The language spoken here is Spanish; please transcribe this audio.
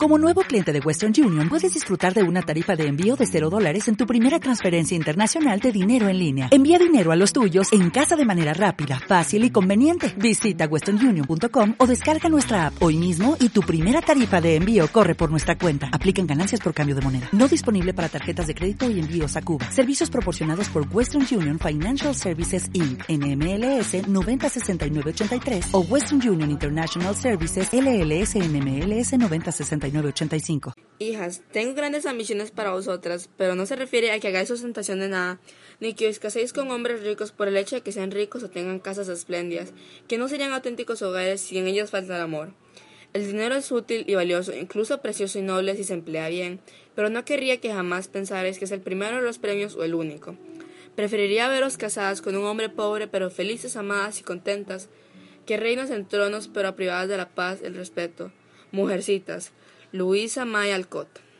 Como nuevo cliente de Western Union, puedes disfrutar de una tarifa de envío de $0 en tu primera transferencia internacional de dinero en línea. Envía dinero a los tuyos en casa de manera rápida, fácil y conveniente. Visita westernunion.com o descarga nuestra app hoy mismo y tu primera tarifa de envío corre por nuestra cuenta. Aplican ganancias por cambio de moneda. No disponible para tarjetas de crédito y envíos a Cuba. Servicios proporcionados por Western Union Financial Services Inc. NMLS 906983 o Western Union International Services LLS NMLS 906985. Hijas, tengo grandes ambiciones para vosotras, pero no se refiere a que hagáis ostentación de nada, ni que os caséis con hombres ricos por el hecho de que sean ricos o tengan casas espléndidas, que no serían auténticos hogares si en ellos falta el amor. El dinero es útil y valioso, incluso precioso y noble si se emplea bien, pero no querría que jamás pensarais que es el primero de los premios o el único. Preferiría veros casadas con un hombre pobre pero felices, amadas y contentas, que reinas en tronos pero privadas de la paz y el respeto. Mujercitas. Luisa May Alcott.